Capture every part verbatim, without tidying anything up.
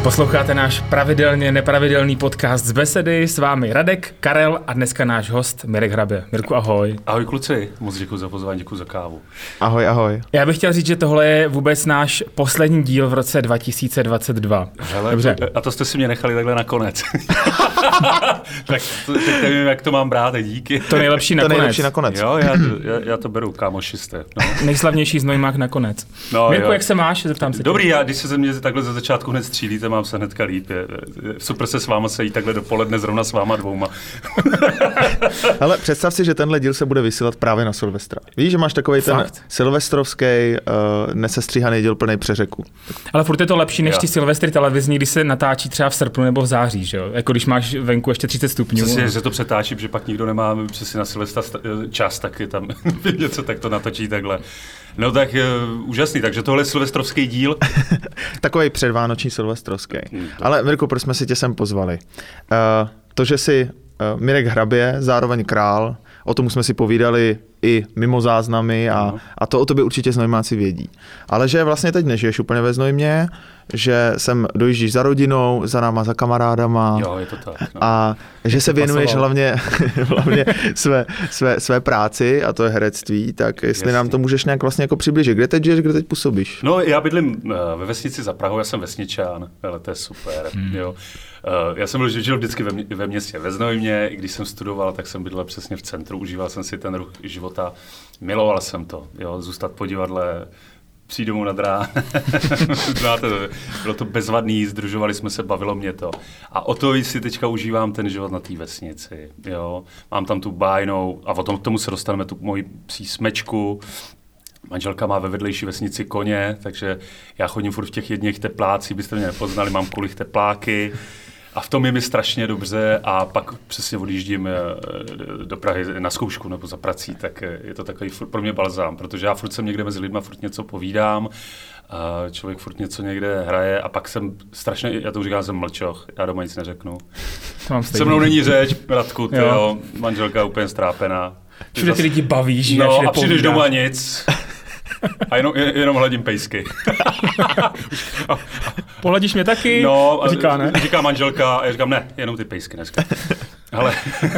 Posloucháte náš pravidelně nepravidelný podcast z Besedy, s vámi Radek, Karel a dneska náš host Mirek Hrabě. Mirku, ahoj. Ahoj kluci, moc děkuji za pozvání, děkuji za kávu. Ahoj, ahoj. Já bych chtěl říct, že tohle je vůbec náš poslední díl v roce dva tisíce dvacet dva. Hele, dobře. A to jste si mě nechali takhle nakonec. Tak to, teď nevím, jak to mám brát, díky. To nejlepší nakonec. To nejlepší nakonec. Jo, já, já, já to beru, kámoši jste. No. Nejslavnější znojmák nakonec. No, Mirku, jo. Jak se máš? Zeptám se. Dobrý, já, když se ze mě takhle za začátku hned střílíte, mám se hnedka líp. Je, je, super se s váma sejít takhle dopoledne zrovna s váma dvouma. Ale představ si, že tenhle díl se bude vysílat právě na Silvestra. Víš, že máš takovej ten Fakt? silvestrovský uh, nesestříhaný díl plný přeřeků. Ale furt je to lepší než Já. ty silvestry televizní, když se natáčí třeba v srpnu nebo v září, že jo? Jako když máš venku ještě třicet stupňů. Přesně, že to přetáčí, protože pak nikdo nemá přesně na Silvestra čas, tak je tam něco, tak to natočí takhle. No tak je úžasný, takže tohle je silvestrovský díl. Takovej předvánoční silvestrovský. Hmm, Ale Mirku, proč jsme si tě sem pozvali? Uh, to, že jsi uh, Mirek Hrabě, zároveň král, o tom jsme si povídali i mimo záznamy a, uh-huh. a to o tobě určitě znojmáci vědí. Ale že vlastně teď nežiješ úplně ve Znojmě, že sem dojíždíš za rodinou, za náma, za kamarádama. Jo, je to tak. No. A že se věnuješ hlavně, hlavně své, své, své práci, a to je herectví, tak jestli Jasně. nám to můžeš nějak vlastně jako přiblížit. Kde teď žiješ, kde teď působíš? No, já bydlím ve vesnici za Prahou, já jsem vesničan, ale to je super, hmm. jo. Já jsem žil vždycky ve, mě, ve městě ve Znojmě, i když jsem studoval, tak jsem bydlel přesně v centru, užíval jsem si ten ruch života, miloval jsem to, jo, zůstat po divadle, přijít domů nad ránem. Bylo to bezvadný, združovali jsme se, bavilo mě to. A o to víc si teďka užívám ten život na té vesnici. Jo. Mám tam tu bájnou, a o tom, k tomu se dostaneme, tu moji psí smečku. Manželka má ve vedlejší vesnici koně, takže já chodím furt v těch jedněch teplácích, byste mě nepoznali, mám kulich tepláky. A v tom je mi strašně dobře a pak přesně odjíždím do Prahy na zkoušku nebo za prací, tak je to takový pro mě balzám, protože já furt jsem někde mezi lidma, furt něco povídám, člověk furt něco někde hraje a pak jsem strašně, já to říkám, jsem mlčoch, já doma nic neřeknu. Se mnou není řeč, Radku, ty, jo. Jo, manželka úplně strápená. Všude ty lidi bavíš, no, a přijdeš doma nic. A jenom, jenom hladím pejsky. Pohladíš mě taky? No, říká ne. Říká manželka a já říkám ne, jenom ty pejsky dneska. Ale...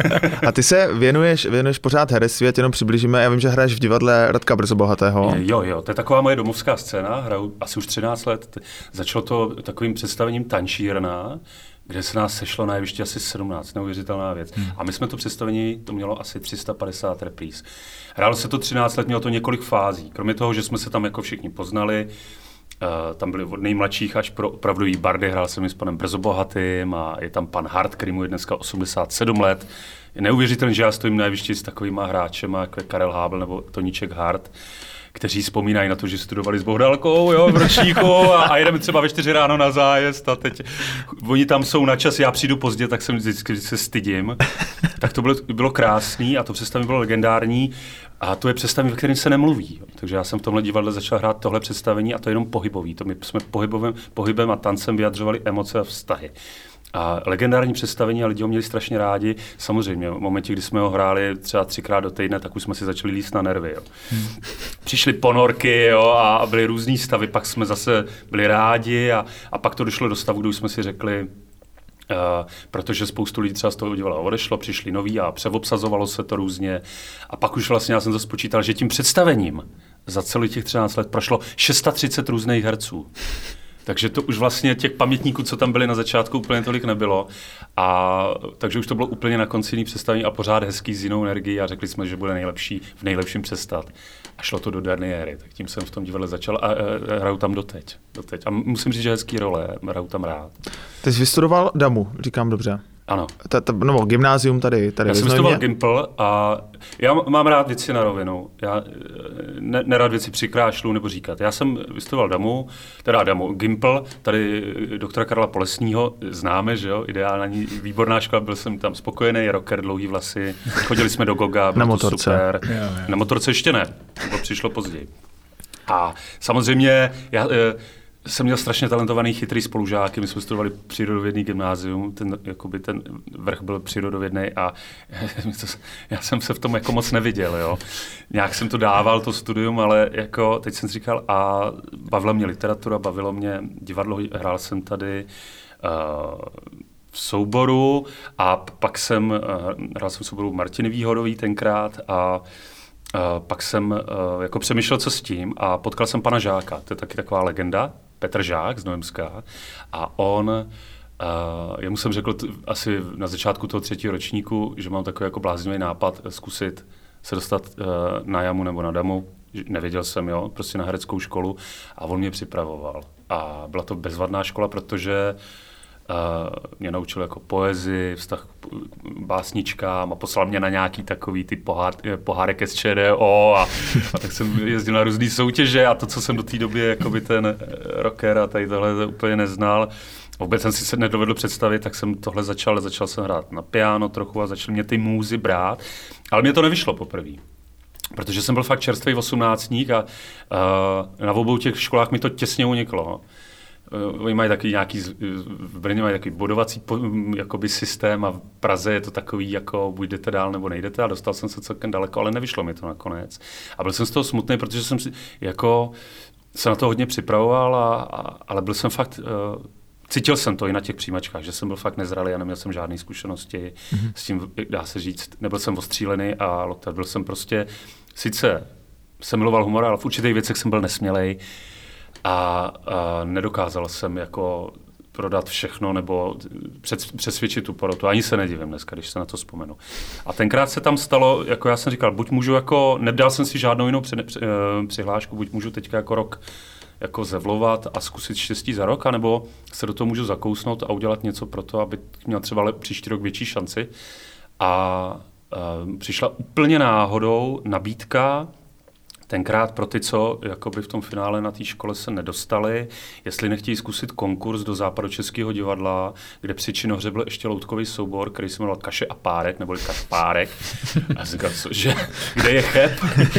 A ty se věnuješ, věnuješ pořád herectví, jenom přiblížíme, já vím, že hraješ v divadle Radka Brzobohatého. Jo, jo, to je taková moje domovská scéna, hraju asi už třináct let. Začalo to takovým představením Tančírna, kde se nás sešlo na jevišti asi sedmnáct, neuvěřitelná věc. Hmm. A my jsme to představení, to mělo asi tři sta padesát repríz. Hrálo se to třináct let, mělo to několik fází. Kromě toho, že jsme se tam jako všichni poznali, uh, tam byli od nejmladších až pro opravdový bardy, hrál jsem i s panem Brzobohatým a je tam pan Hart, který mu je dneska osmdesát sedm let. Je neuvěřitelné, že já stojím na jevišti s takovýma hráčema, jako je Karel Hábl nebo Toníček Hart, kteří vzpomínají na to, že studovali s Bohdalkou, jo, v ročníku a, a jedeme třeba ve čtyři ráno na zájezd a teď oni tam jsou na čas, já přijdu pozdě, tak jsem vždycky se stydím. Tak to bylo, bylo krásný a to představení bylo legendární a to je představení, ve kterém se nemluví. Takže já jsem v tomhle divadle začal hrát tohle představení a to je jenom pohybový. To my jsme pohybovým, pohybem a tancem vyjadřovali emoce a vztahy. A legendární představení a lidi ho měli strašně rádi. Samozřejmě, v momentě, kdy jsme ho hráli třeba třikrát do týdne, tak už jsme si začali líst na nervy. Jo. Hmm. Přišly ponorky, jo, a byly různý stavy, pak jsme zase byli rádi a, a pak to došlo do stavu, kdy už jsme si řekli, Uh, protože spoustu lidí třeba z toho divadla odešlo, přišli noví a přeobsazovalo se to různě. A pak už vlastně já jsem to spočítal, že tím představením za celých těch třináct let prošlo třicet šest různých herců. Takže to už vlastně těch pamětníků, co tam byli na začátku, úplně tolik nebylo. A takže už to bylo úplně na konci jiný představení a pořád hezký s jinou energií a řekli jsme, že bude nejlepší v nejlepším přestat. A šlo to do derniéry, tak tím jsem v tom divadle začal a, a, a hraju tam doteď, doteď. A musím říct, že hezký role, hraju tam rád. Ty jsi vystudoval damu, říkám dobře. Ano. Ta, ta, no, gymnázium tady, tady já jsem studoval Gimpl a já mám rád věci na rovinu. Já ne, nerad věci přikrášlu nebo říkat. Já jsem vystudoval damu, teda damu, Gimpl, tady doktora Karla Polesního, známe, že jo, ideální, výborná škola, byl jsem tam spokojený, rocker, dlouhý vlasy, chodili jsme do Goga, bylo na to motorce. super. Jo, jo. Na motorce ještě ne, to přišlo později. A samozřejmě, já, jsem měl strašně talentovaný, chytrý spolužáky, my jsme studovali přírodovědný gymnázium, ten, jakoby ten vrch byl přírodovědný a já jsem se v tom jako moc neviděl, jo. Nějak jsem to dával, to studium, ale jako teď jsem říkal, a bavila mě literatura, bavilo mě divadlo, hrál jsem tady uh, v souboru a pak jsem, uh, hrál jsem v souboru Martiny Výhodový tenkrát a uh, pak jsem uh, jako přemýšlel, co s tím a potkal jsem pana Žáka, to je taky taková legenda, Petr Žák z Nojemska a on, uh, jemu jsem řekl t- asi na začátku toho třetího ročníku, že mám takový jako bláznivý nápad zkusit se dostat uh, na jamu nebo na damu, nevěděl jsem, jo, prostě na hereckou školu a on mě připravoval. A byla to bezvadná škola, protože uh, mě naučil jako poezii, vztah k básničkám a poslal mě na nějaký takový ty pohár, pohárek S Č D O a, a tak jsem jezdil na různý soutěže a to, co jsem do té doby jakoby ten rocker a tady tohle úplně neznal, vůbec jsem si se nedovedl představit, tak jsem tohle začal, začal jsem hrát na piano trochu a začal mě ty můzy brát, ale mě to nevyšlo poprvé. Protože jsem byl fakt čerstvý osmnáctník a uh, na obou těch školách mi to těsně uniklo. Uh, oni mají taky nějaký, v Brně mají takový bodovací po, jakoby systém a v Praze je to takový, jako buď jdete dál nebo nejdete a dostal jsem se celkem daleko, ale nevyšlo mi to nakonec. A byl jsem z toho smutný, protože jsem si jako se na to hodně připravoval, a, a, ale byl jsem fakt... Uh, Cítil jsem to i na těch přijímačkách, že jsem byl fakt nezralý a neměl jsem žádné zkušenosti mm-hmm. s tím, dá se říct, nebyl jsem ostřílený a loktat, byl jsem prostě, sice jsem miloval humor, ale v určitých věcech jsem byl nesmělej a, a nedokázal jsem jako prodat všechno nebo přesvědčit tu porotu. Ani se nedivím dneska, když se na to vzpomenu. A tenkrát se tam stalo, jako já jsem říkal, buď můžu jako, nedal jsem si žádnou jinou při, při, přihlášku, buď můžu teďka jako rok jako zevlovat a zkusit štěstí za rok, anebo se do toho můžu zakousnout a udělat něco pro to, aby měl třeba příští rok větší šanci. A, a přišla úplně náhodou nabídka, tenkrát pro ty, co jakoby v tom finále na té škole se nedostali, jestli nechtějí zkusit konkurs do Západočeského divadla, kde při činohře byl ještě loutkový soubor, který se jmenoval Kaše a Párek, neboli Kašpárek. A já jsem říkal, že kde je cheb?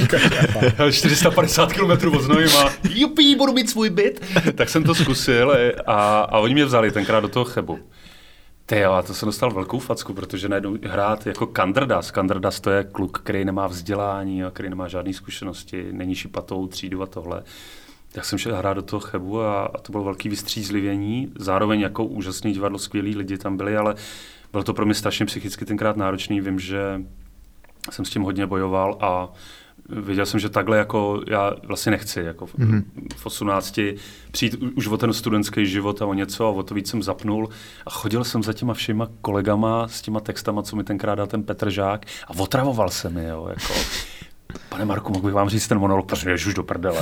čtyři sta padesát kilometrů od Znojma a jupí, budu mít svůj byt. Tak jsem to zkusil a, a oni mě vzali tenkrát do toho chebu. Ty jo, a to jsem dostal velkou facku, protože najednou hrát jako Kandrdas. Kandrdas to je kluk, který nemá vzdělání, který nemá žádné zkušenosti, není šipatou třídu a tohle. Tak jsem šel hrát do toho chebu a, a to bylo velký vystřízlivění. Zároveň jako úžasný divadlo, skvělí lidi tam byli, ale bylo to pro mě strašně psychicky tenkrát náročný. Vím, že jsem s tím hodně bojoval a věděl jsem, že takhle jako já vlastně nechci, jako v, mm-hmm. v osmnácti přijít už o ten studentský život a o něco a o to víc jsem zapnul a chodil jsem za těma všema kolegama s těma textama, co mi tenkrát dal ten Petr Žák a otravoval jsem je, jo, jako... Pane Marku, mohl bych vám říct ten monolog, protože už do prdele.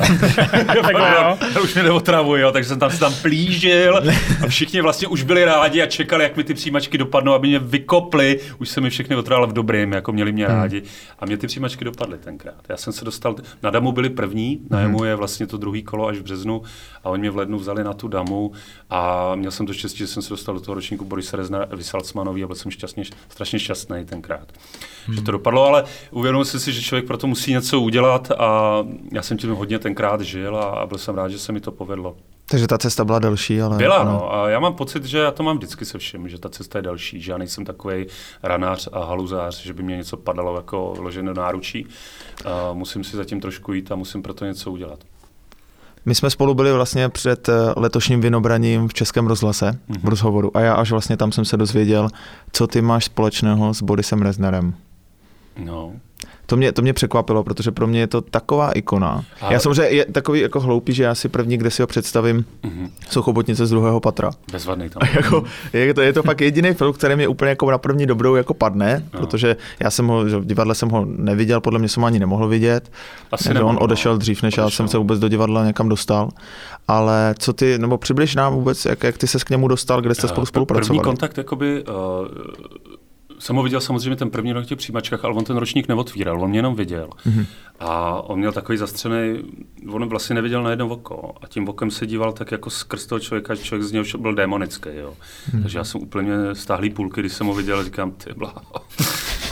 Tak už mě neotravuji, jo, takže jsem tam se tam plížil a všichni vlastně už byli rádi a čekali, jak mi ty přijímačky dopadnou, aby mě vykopli. Už se mi všechny otravovali v dobrým, jako měli mě rádi. A mě ty přijímačky dopadly tenkrát. Já jsem se dostal, na damu byli první, na jamu je vlastně to druhý kolo až v březnu a oni mě v lednu vzali na tu damu a měl jsem to štěstí, že jsem se dostal do toho ročníku Borise Reznera Vysalcmanový a byl jsem šťastně, strašně šťastný tenkrát. Hmm. Že to dopadlo, ale uvědomil jsem si, že člověk pro to musí něco udělat a já jsem tím hodně tenkrát žil a, a byl jsem rád, že se mi to povedlo. Takže ta cesta byla delší, ale... Byla, no. A já mám pocit, že já to mám vždycky se všem, že ta cesta je delší, že já nejsem takovej ranář a haluzář, že by mě něco padalo jako vložené do náručí. A musím si zatím trošku jít a musím pro to něco udělat. My jsme spolu byli vlastně před letošním Vinobraním v Českém rozhlase, mm-hmm. v rozhovoru a já až vlastně tam jsem se dozvěděl, co ty máš společného s Borisem Reznerem. No. To mě, to mě překvapilo, protože pro mě je to taková ikona. Ale... Já samozřejmě je takový jako hloupý, že já si první, kde si ho představím, mm-hmm. jsou Chobotnice z druhého patra. Bezvadný tam. Jako, je, to, je to fakt jediný film, který mě úplně jako na první dobrou jako padne, no. Protože já jsem ho, že v divadle jsem ho neviděl, podle mě jsem ho ani nemohl vidět. Asi nemohl, on odešel dřív, než odešel. Já jsem se vůbec do divadla někam dostal. Ale co ty, nebo přibliž nám vůbec, jak, jak ty ses k němu dostal, kde jste spolu spolupracovali? První kontakt, jakoby... Uh... Jsem ho viděl samozřejmě ten první rok v těch přijímačkách, ale on ten ročník neotvíral, on mě jenom viděl. Mm-hmm. A on měl takový zastřený, on vlastně neviděl na jedno oko a tím okem se díval tak jako skrz toho člověka, člověk z něho byl démonický. Jo. Mm-hmm. Takže já jsem úplně stáhlý půlky, když jsem ho viděl, říkám, ty bláho,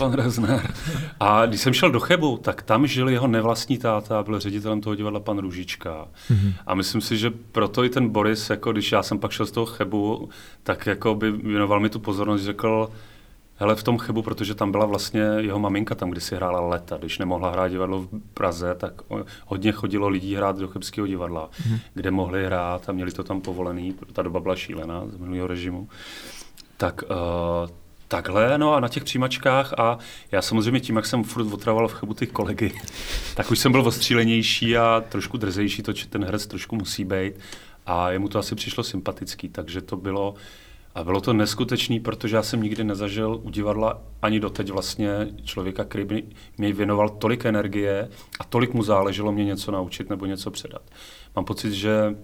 pan Rezner. A když jsem šel do Chebu, tak tam žil jeho nevlastní táta, byl ředitelem toho divadla pan Růžička. Mm-hmm. A myslím si, že proto i ten Boris, jako když já jsem pak šel z toho Chebu, tak jako by věnoval mi tu pozornost, řekl, hele, v tom Chebu, protože tam byla vlastně jeho maminka tam, kde si hrála léta. Když nemohla hrát divadlo v Praze, tak hodně chodilo lidí hrát do chebského divadla, mm-hmm. kde mohli hrát a měli to tam povolený, ta doba byla šílená z minulého režimu. Tak uh, takhle, no a na těch přijímačkách a já samozřejmě tím, jak jsem furt otravoval v Chebu ty kolegy, tak už jsem byl ostřílenější a trošku drzejší, to, že ten herec trošku musí být a jemu to asi přišlo sympatický, takže to bylo a bylo to neskutečný, protože já jsem nikdy nezažil u divadla ani doteď vlastně člověka, který by mě věnoval tolik energie a tolik mu záleželo mě něco naučit nebo něco předat. Mám pocit, že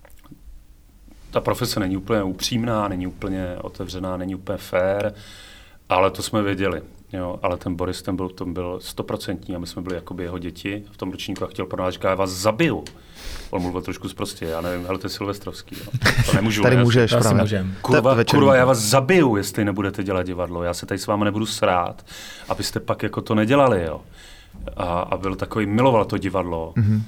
ta profese není úplně upřímná, není úplně otevřená, není úplně fair, ale to jsme věděli. Jo, ale ten Boris, ten byl, ten byl stoprocentní a my jsme byli jakoby jeho děti v tom ročníku a chtěl pro nás, říká, já vás zabiju. On mluvil trošku zprostě, já nevím, ale to je Silvestrovský. Jo. To nemůžu. Tady můžeš, pravda. Kurva, kurva, já vás zabiju, jestli nebudete dělat divadlo. Já se tady s váma nebudu srát, abyste pak jako to nedělali. Jo. A, a byl takový, miloval to divadlo. Mm-hmm.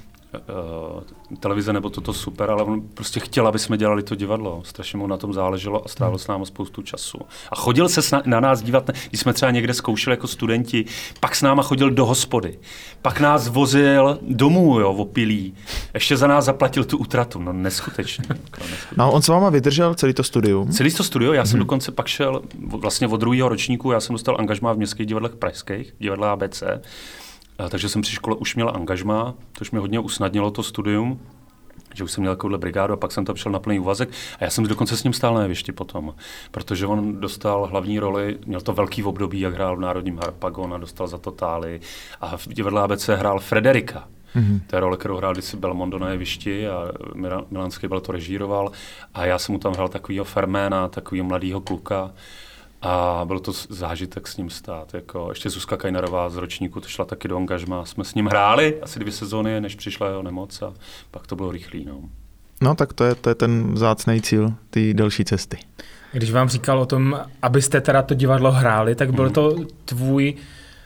Uh, televize nebo toto super, ale on prostě chtěl, aby jsme dělali to divadlo. Strašně mu na tom záleželo a strávil s námi spoustu času. A chodil se na nás dívat, když jsme třeba někde zkoušeli jako studenti, pak s náma chodil do hospody. Pak nás vozil domů, jo, opilý. Ještě za nás zaplatil tu útratu. No neskutečně. No on s váma vydržel celý to studium? Celý to studium, já jsem hmm. dokonce pak šel vlastně od druhého ročníku, já jsem dostal angažmá v městských divadlech pražských, divadla A B C. A takže jsem při škole už měl angažmá, což mi hodně usnadnilo to studium, že už jsem měl takovouhle brigádu a pak jsem tam šel na plný úvazek a já jsem dokonce s ním stál na jevišti potom, protože on dostal hlavní roli, měl to velký období, jak hrál v Národním Harpagon a dostal za to tály a v divadle A B C hrál Frederika. Mm-hmm. To je role, kterou hrál kdysi Belmondo na jevišti a Milan Skybel to režíroval a já jsem mu tam hrál takovýho ferména, takovýho mladýho kluka. A byl to zážitek s ním stát. Jako ještě Zuzka Kajnarová z ročníku, to šla taky do angažmá. Jsme s ním hráli asi dvě sezóny, než přišla jeho nemoc a pak to bylo rychlý. No, no tak to je, to je ten vzácný cíl, ty další cesty. Když vám říkal o tom, abyste teda to divadlo hráli, tak byl mm. to tvůj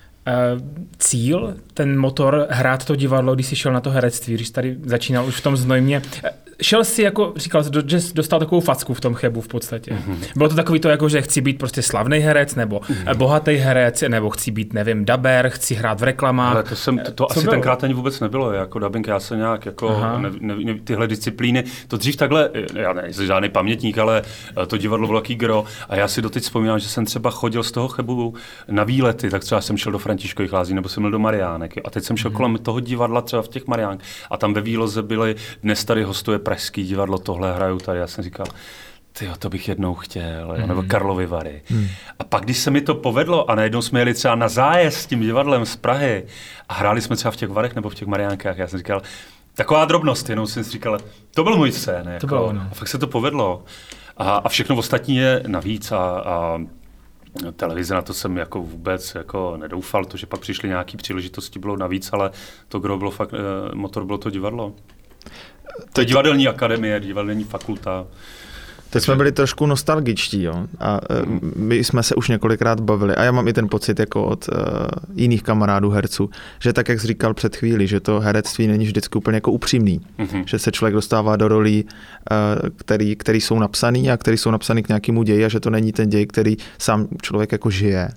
uh, cíl, ten motor hrát to divadlo, když jsi šel na to herectví, když tady začínal už v tom Znojmě. Šel si, jako říkal, že dostal takovou facku v tom Chebu v podstatě. Mm-hmm. Bylo to takový to, jako, že chci být prostě slavný herec, nebo mm-hmm. bohatý herec, nebo chci být, nevím, daber, chci hrát v reklamách. Ale to, jsem, to, to asi bylo? Tenkrát ani vůbec nebylo, jako dabing, já jsem nějak, jako ne, ne, ne, tyhle disciplíny, to dřív takhle, já nejsem žádný pamětník, ale to divadlo bylo taký gro a já si doteď vzpomínám, že jsem třeba chodil z toho Chebu na výlety, tak třeba jsem šel do Františkových Lázní, nebo jsem byl do Mariánek a teď jsem šel mm-hmm. kolem toho divadla třeba v těch Mariánkách a tam ve výloze byly, dnes tady hostuje Pražský divadlo, tohle hraju tady. Já jsem říkal, tyjo, to bych jednou chtěl, mm. nebo Karlovy Vary. Mm. A pak, když se mi to povedlo a najednou jsme jeli třeba na zájezd s tím divadlem z Prahy a hráli jsme třeba v těch Varech nebo v těch Mariánkách, já jsem říkal, taková drobnost, jenom jsem si říkal, to byl můj sen. Jako. To bylo, no. A fakt se to povedlo. A, a všechno ostatní je navíc a, a televize, na to jsem jako vůbec jako nedoufal, to, že pak přišly nějaké příležitosti, bylo navíc, ale to, kdo bylo fakt, motor bylo to divadlo. To je divadelní akademie, divadelní fakulta. Teď jsme byli trošku nostalgičtí, jo. A mm. my jsme se už několikrát bavili a já mám i ten pocit jako od uh, jiných kamarádů herců, že tak, jak jsi říkal před chvíli, že to herectví není vždycky úplně jako upřímný. Mm-hmm. Že se člověk dostává do rolí, uh, který, který jsou napsaný a který jsou napsaný k nějakému ději a že to není ten děj, který sám člověk jako žije.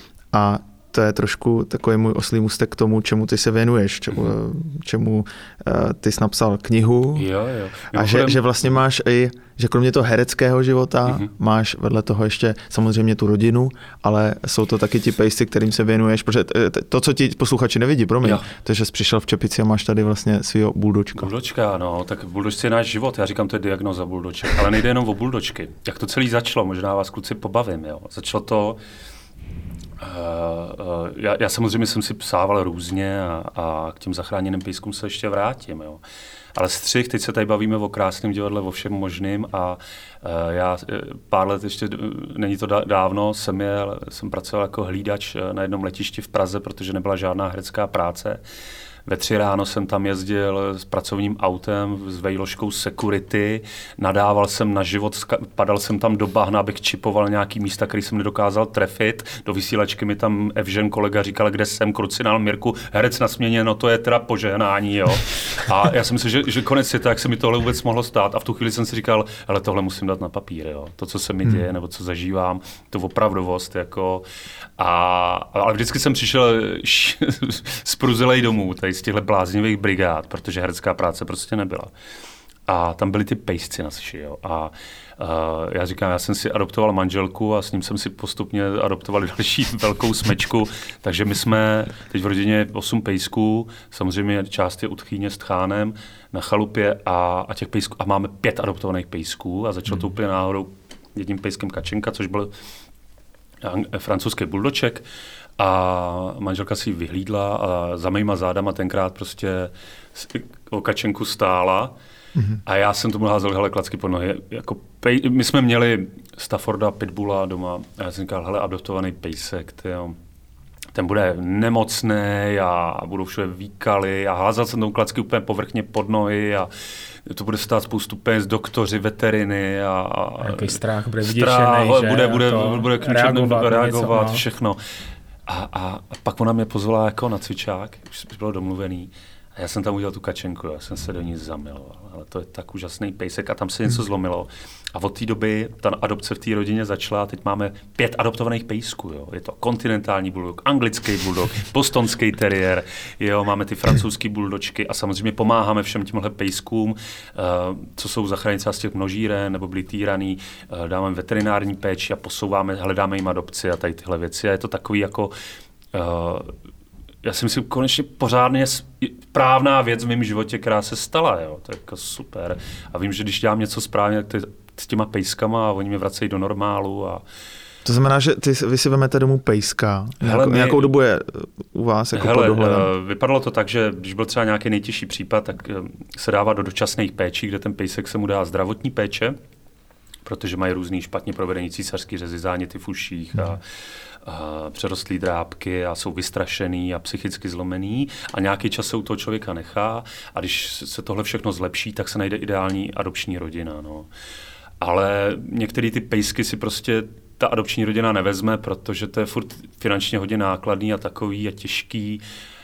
A to je trošku takový můj oslý můstek k tomu, čemu ty se věnuješ, čemu, mm-hmm. čemu uh, ty jsi napsal knihu. Jo, jo. A že, že vlastně máš i, že kromě toho hereckého života mm-hmm. máš vedle toho ještě samozřejmě tu rodinu, ale jsou to taky ti pejsci, kterým se věnuješ, protože to, co ti posluchači nevidí, promiň, jo. to je, že jsi přišel v čepici a máš tady vlastně svýho buldočka. Buldočka, no, tak buldočci je náš život, já říkám, to je diagnoza buldoček, ale nejde jenom o buldočky. Jak to celý začalo, možná vás kluci pobavím, jo. Začalo to Uh, uh, já, já samozřejmě jsem si psával různě a, a k těm zachráněným pejskům se ještě vrátím. Jo. Ale střih, teď se tady bavíme o krásném divadle, o všem možným a uh, já pár let ještě, není to dávno, jsem, jel, jsem pracoval jako hlídač na jednom letišti v Praze, protože nebyla žádná herecká práce. ve tři ráno jsem tam jezdil s pracovním autem, s vejložkou security, nadával jsem na život, padal jsem tam do bahna, abych čipoval nějaký místa, který jsem nedokázal trefit. Do vysílačky mi tam Evžen kolega říkal, kde jsem, krucinál Mirku, herec na směně, no to je teda požehnání, jo. A já jsem si, že, že konec světa, jak se mi tohle vůbec mohlo stát. A v tu chvíli jsem si říkal, ale tohle musím dát na papír, jo. To, co se mi děje, nebo co zažívám, to opravdovost, jako. A, ale vždycky jsem přišel zpruzilej domů, tady z těchto bláznivých brigád, protože herecká práce prostě nebyla. A tam byli ty pejsci naši, jo. A uh, já říkám, já jsem si adoptoval manželku a s ním jsem si postupně adoptovali další velkou smečku, takže my jsme teď v rodině osm pejsků, samozřejmě část je u tchýně s tchánem na chalupě a, a těch pejsků, a máme pět adoptovaných pejsků a začalo to úplně náhodou jedním pejskem Kačenka, což byl francouzský buldoček a manželka si ji vyhlídla a za mýma zádama tenkrát prostě o Kačenku stála. Mm-hmm. A já jsem tomu házel, hele, klacky pod nohy. Jako pej, my jsme měli Stafforda, Pitbulla doma a já jsem říkal, hele, adoptovaný pejsek, tyjo. Ten bude nemocný a budou všude výkaly a házal jsem tomu klacky úplně povrchně pod nohy a to bude stát spoustu peněz, doktoři, veteriny a... a jaký strach, bude vyděšený, že? Bude, bude, bude reagovat, reagovat něco, no. Všechno. A, a, a pak ona mě pozvala jako na cvičák, už bylo domluvený. A já jsem tam udělal tu Kačenku, já jsem se do ní zamiloval, ale to je tak úžasný pejsek a tam se něco zlomilo. A od té doby ta adopce v té rodině začala, teď máme pět adoptovaných pejsků, jo. Je to kontinentální bulldog, anglický bulldog, bostonský teriér, jo, máme ty francouzský buldočky a samozřejmě pomáháme všem těmhle pejskům, uh, co jsou zachránit z těch množíren nebo byli týraný, uh, dáváme veterinární péči a posouváme, hledáme jim adopci a tady tyhle věci a je to takový jako... Uh, já si myslím, konečně pořádně správná věc v mém životě, která se stala, jo. To je jako super. A vím, že když dělám něco správně, tak to s těma pejskama a oni mě vracejí do normálu. A... To znamená, že ty, vy si vemete domů pejska. Hele, my... Nějakou dobu je u vás jako Hele, pod dohledem? Vypadalo to tak, že když byl třeba nějaký nejtěžší případ, tak se dává do dočasných péčí, kde ten pejsek se mu dá zdravotní péče, protože mají různý špatně provedení císařský řezy, záněty v uších a, a přerostlý drápky a jsou vystrašený a psychicky zlomený a nějaký čas se u toho člověka nechá a když se tohle všechno zlepší, tak se najde ideální adopční rodina. No. Ale některé ty pejsky si prostě ta adopční rodina nevezme, protože to je furt finančně hodně nákladný a takový a těžký.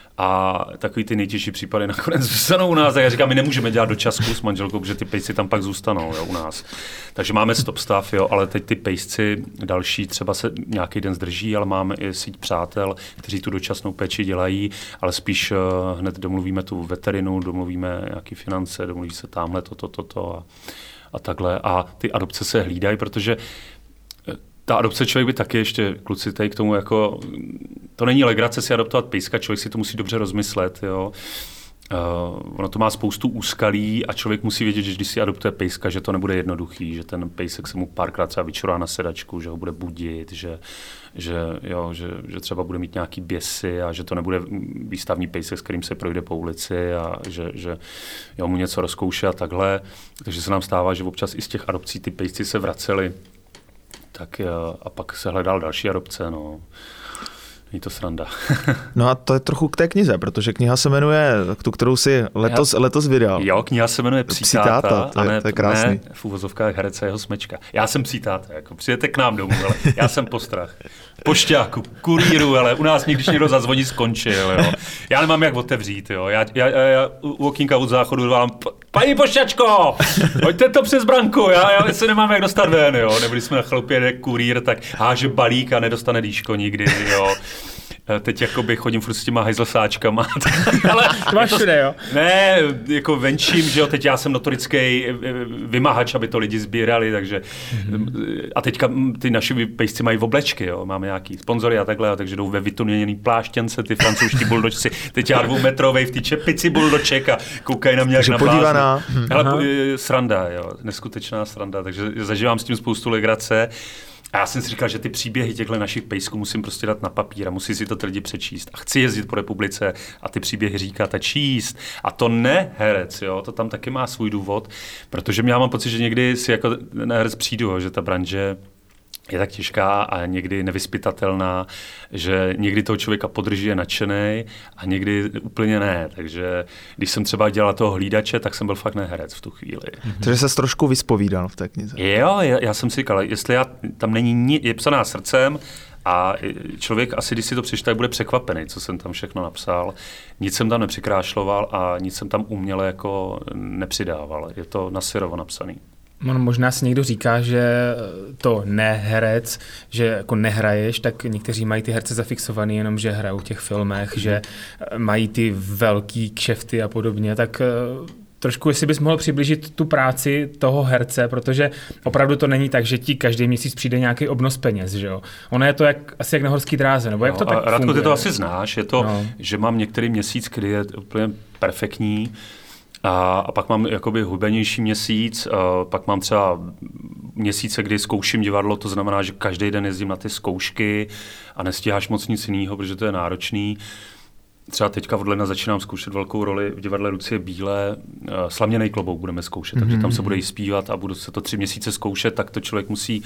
A takový ty nejtěžší případy nakonec zůstanou u nás. A já říkám, my nemůžeme dělat dočasku s manželkou, protože ty pejsci tam pak zůstanou, jo, u nás. Takže máme stop stav, jo, ale teď ty pejsci další třeba se nějaký den zdrží, ale máme i síť přátel, kteří tu dočasnou péči dělají, ale spíš uh, hned domluvíme tu veterinu, domluvíme nějaké finance, domluví se tamhle toto, toto to, a, a takhle. A ty adopce se hlídají, protože ta adopce člověk by taky ještě, kluci, tady k tomu jako, to není legrace si adoptovat pejska, člověk si to musí dobře rozmyslet, jo. Uh, ono to má spoustu úskalí a člověk musí vědět, že když si adoptuje pejska, že to nebude jednoduchý, že ten pejsek se mu párkrát třeba vyčurá na sedačku, že ho bude budit, že, že, jo, že, že třeba bude mít nějaký běsy a že to nebude výstavní pejsek, s kterým se projde po ulici a že, že jo, mu něco rozkouše a takhle. Takže se nám stává, že občas i z těch adopcí ty pejsci se vraceli. Tak a pak se hledal další adopce, no. Není to sranda. No a to je trochu k té knize, protože kniha se jmenuje, tu, kterou si letos, Já, letos vydal. Jo, kniha se jmenuje Psí táta, to je, a ne, to je krásný. Ne v uvozovkách herece jeho smečka. Já jsem psí táta, jako přijete k nám domů, ale já jsem postrach. Pošťáku, kurýru, ale u nás když někdo zazvoní, skončil, jo. Já nemám jak otevřít, jo. Já, já, já, já u okýnka od záchodu vám, paní pošťačko, hoďte to přes branku, já, já se nemám jak dostat ven, jo. Nebyli jsme na chalupě kurýr, tak háže balík a nedostane dýško nikdy, jo. Teď jakoby chodím furt s těma hajzlsáčkama. Ale to máš všude, jo? Ne, jako venčím, že jo, teď já jsem notorický vymahač, aby to lidi sbírali, takže mm-hmm. a teďka ty naši pejsci mají oblečky, jo, máme nějaký sponzory a takhle, takže jdou ve vytuněný pláštěnce, ty francouzští buldočci, teď já dvoumetrovej v té čepici buldoček a koukají na mě jak na podívaná. Hele, sranda, jo, neskutečná sranda, takže zažívám s tím spoustu legrace. A já jsem si říkal, že ty příběhy těchto našich pejsků musím prostě dát na papír a musí si to ty lidi přečíst. A chci jezdit po republice a ty příběhy říkat a číst. A to ne herec, jo, to tam taky má svůj důvod, protože já mám pocit, že někdy si jako na herec přijdu, že ta branže je tak těžká a někdy nevyzpytatelná, že někdy toho člověka podrží je nadšenej a někdy úplně ne. Takže když jsem třeba dělal toho hlídače, tak jsem byl fakt neherec v tu chvíli. Mm-hmm. Takže ses trošku vyspovídal v té knize. Jo, já, já jsem si říkal, jestli já, tam není, je psaná srdcem a člověk asi, když si to přečte, tak bude překvapený, co jsem tam všechno napsal. Nic jsem tam nepřikrášloval a nic jsem tam uměle jako nepřidával. Je to nasyrovo napsaný. Možná si někdo říká, že to neherec, že jako nehraješ, tak někteří mají ty herce zafixovaný jenom, že hrajou v těch filmech, že mají ty velký kšefty a podobně, tak trošku, jestli bys mohl přiblížit tu práci toho herce, protože opravdu to není tak, že ti každý měsíc přijde nějaký obnos peněz, že jo? Ono je to jak, asi jak na horský dráze, nebo jak to no, tak Radko, funguje? Ty to asi znáš, je to, no. že mám některý měsíc, kdy je úplně perfektní, A, a pak mám jakoby hubenější měsíc, a pak mám třeba měsíce, kdy zkouším divadlo, to znamená, že každý den jezdím na ty zkoušky a nestíháš moc nic jiného, protože to je náročný. Třeba teďka od ledna začínám zkoušet velkou roli v divadle Lucie Bílé. Slaměnej klobouk budeme zkoušet, mm-hmm. takže tam se bude jí zpívat a budu se to tři měsíce zkoušet, tak to člověk musí.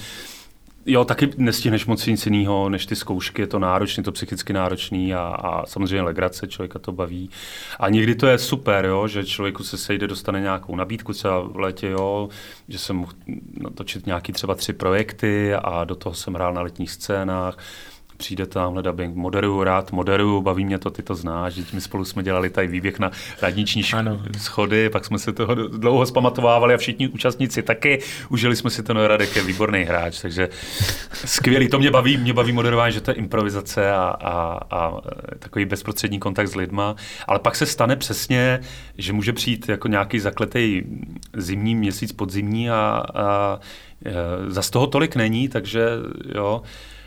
Jo, taky nestihneš moc nic jiného než ty zkoušky, je to náročný, to psychicky náročný a, a samozřejmě legrace, člověka to baví. A někdy to je super, jo, že člověku se sejde, dostane nějakou nabídku, třeba v létě, jo, že jsem mohl natočit nějaký třeba tři projekty a do toho jsem hrál na letních scénách. Přijde tamhle dubbing, moderuju, rád moderuju, baví mě to, ty to znáš, my spolu jsme dělali tady výběh na radniční ško- schody, pak jsme se toho dlouho zpamatovávali a všichni účastníci taky, užili jsme si to, no Radek je výborný hráč, takže skvělý, to mě baví, mě baví moderování, že to je improvizace a, a, a takový bezprostřední kontakt s lidma, ale pak se stane přesně, že může přijít jako nějaký zakletej zimní měsíc, podzimní a, a zas toho tolik není, takže jo,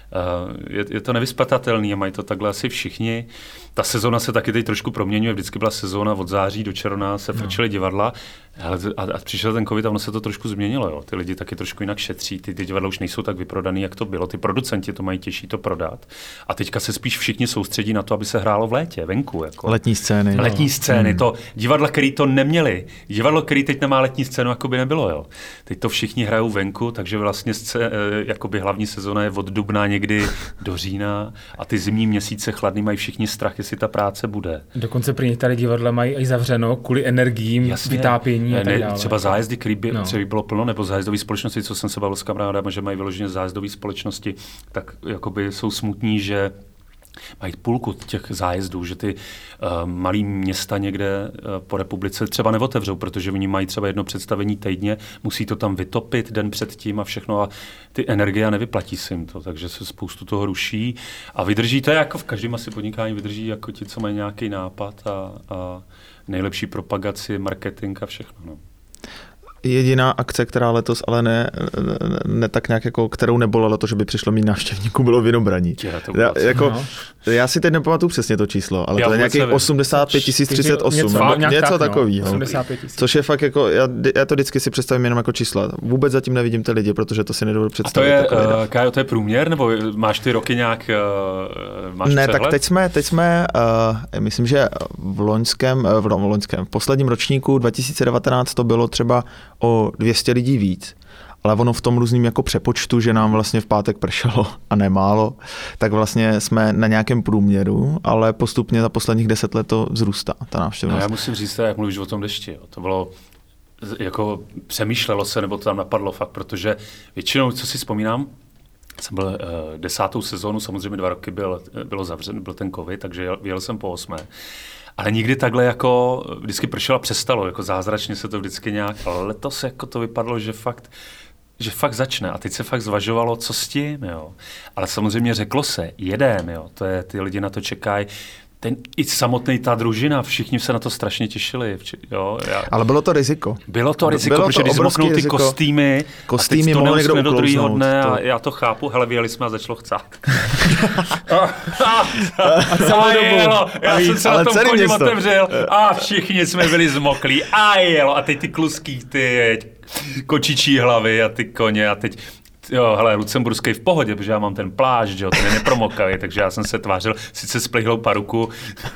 Je, je to nevyspatatelný a mají to takhle asi všichni. Ta sezóna se taky teď trošku proměňuje, vždycky byla sezóna od září do června, se frčily divadla a, a přišel ten covid a ono se to trošku změnilo. Jo. Ty lidi taky trošku jinak šetří, ty, ty divadla už nejsou tak vyprodaný, jak to bylo. Ty producenti to mají těžší to prodat a teďka se spíš všichni soustředí na to, aby se hrálo v létě, venku. Jako. Letní scény. Letní no. scény, hmm. to divadla, který to neměli. Divadlo, který teď nemá letní scénu, jako by nebylo. Jo. Teď to všichni hrajou venku, takže vlastně scé, jakoby hlavní sezóna je od dubna někdy do října a ty zimní měsíce chladný mají všichni strach, jestli ta práce bude. Dokonce prý tady divadla mají i zavřeno kvůli energiím, jasně, vytápění a tak dále. Třeba zájezdy, který by no. třeba bylo plno, nebo zájezdové společnosti, co jsem se bavil s kamarádem, že mají vyloženě zájezdové společnosti, tak jakoby jsou smutní, že mají půlku těch zájezdů, že ty uh, malý města někde uh, po republice třeba neotevřou, protože oni mají třeba jedno představení týdně, musí to tam vytopit den předtím a všechno a ty energie nevyplatí si jim to, takže se spoustu toho ruší a vydrží to jako v každém asi podnikání, vydrží jako ti, co mají nějaký nápad a, a nejlepší propagaci, marketing a všechno. No. Jediná akce, která letos, ale ne, ne, ne tak nějak jako, kterou nebolelo to, že by přišlo mít návštěvníků, bylo Vinobraní. Já, jako, no. já si teď nepamatuju přesně to číslo, ale já to je nějakých osmdesát pět tisíc třicet osm, něco, nebo něco tak, takového. No. Což je fakt jako, já, já to vždycky si představím jenom jako čísla. Vůbec zatím nevidím ty lidi, protože to si nedovedu představit. A to je, uh, Kájo, to je průměr, nebo máš ty roky nějak, uh, máš Ne, přehled? tak teď jsme, teď jsme uh, myslím, že v loňském, v, v loňském, v posledním ročníku dva tisíce devatenáct to bylo třeba o dvě stě lidí víc, ale ono v tom různým jako přepočtu, že nám vlastně v pátek pršelo a nemálo, tak vlastně jsme na nějakém průměru, ale postupně za posledních deset let to vzrůstá, ta návštěvnost. No já musím říct, jak mluvíš o tom dešti, jo. To bylo, jako přemýšlelo se, nebo to tam napadlo fakt, protože většinou, co si vzpomínám, jsem byl uh, desátou sezónu, samozřejmě dva roky byl, bylo zavřen, byl ten covid, takže jel, jel jsem po osmé. Ale nikdy takhle jako vždycky pršelo a přestalo, jako zázračně se to vždycky nějak, ale letos jako to vypadlo, že fakt, že fakt začne a teď se fakt zvažovalo, co s tím, jo. Ale samozřejmě řeklo se, jedem, jo, to je, ty lidi na to čekají. Ten, i samotný ta družina, všichni se na to strašně těšili. Jo, já... Ale bylo to riziko. Bylo to riziko, bylo protože to když zmoknou ty riziko. kostýmy, kostýmy a teď to neusne do druhého dne to... a já to chápu, hele, vyjeli jsme a začalo chcát. a celou dobu. Já jsem se na tom koni otevřel a všichni jsme byli zmoklí a jelo. A teď ty kluský, ty kočičí hlavy a ty koně a teď jo, hele, lucemburský v pohodě, protože já mám ten plášť, že jo, ten je nepromokavý, takže já jsem se tvářil sice s plihlou paruku,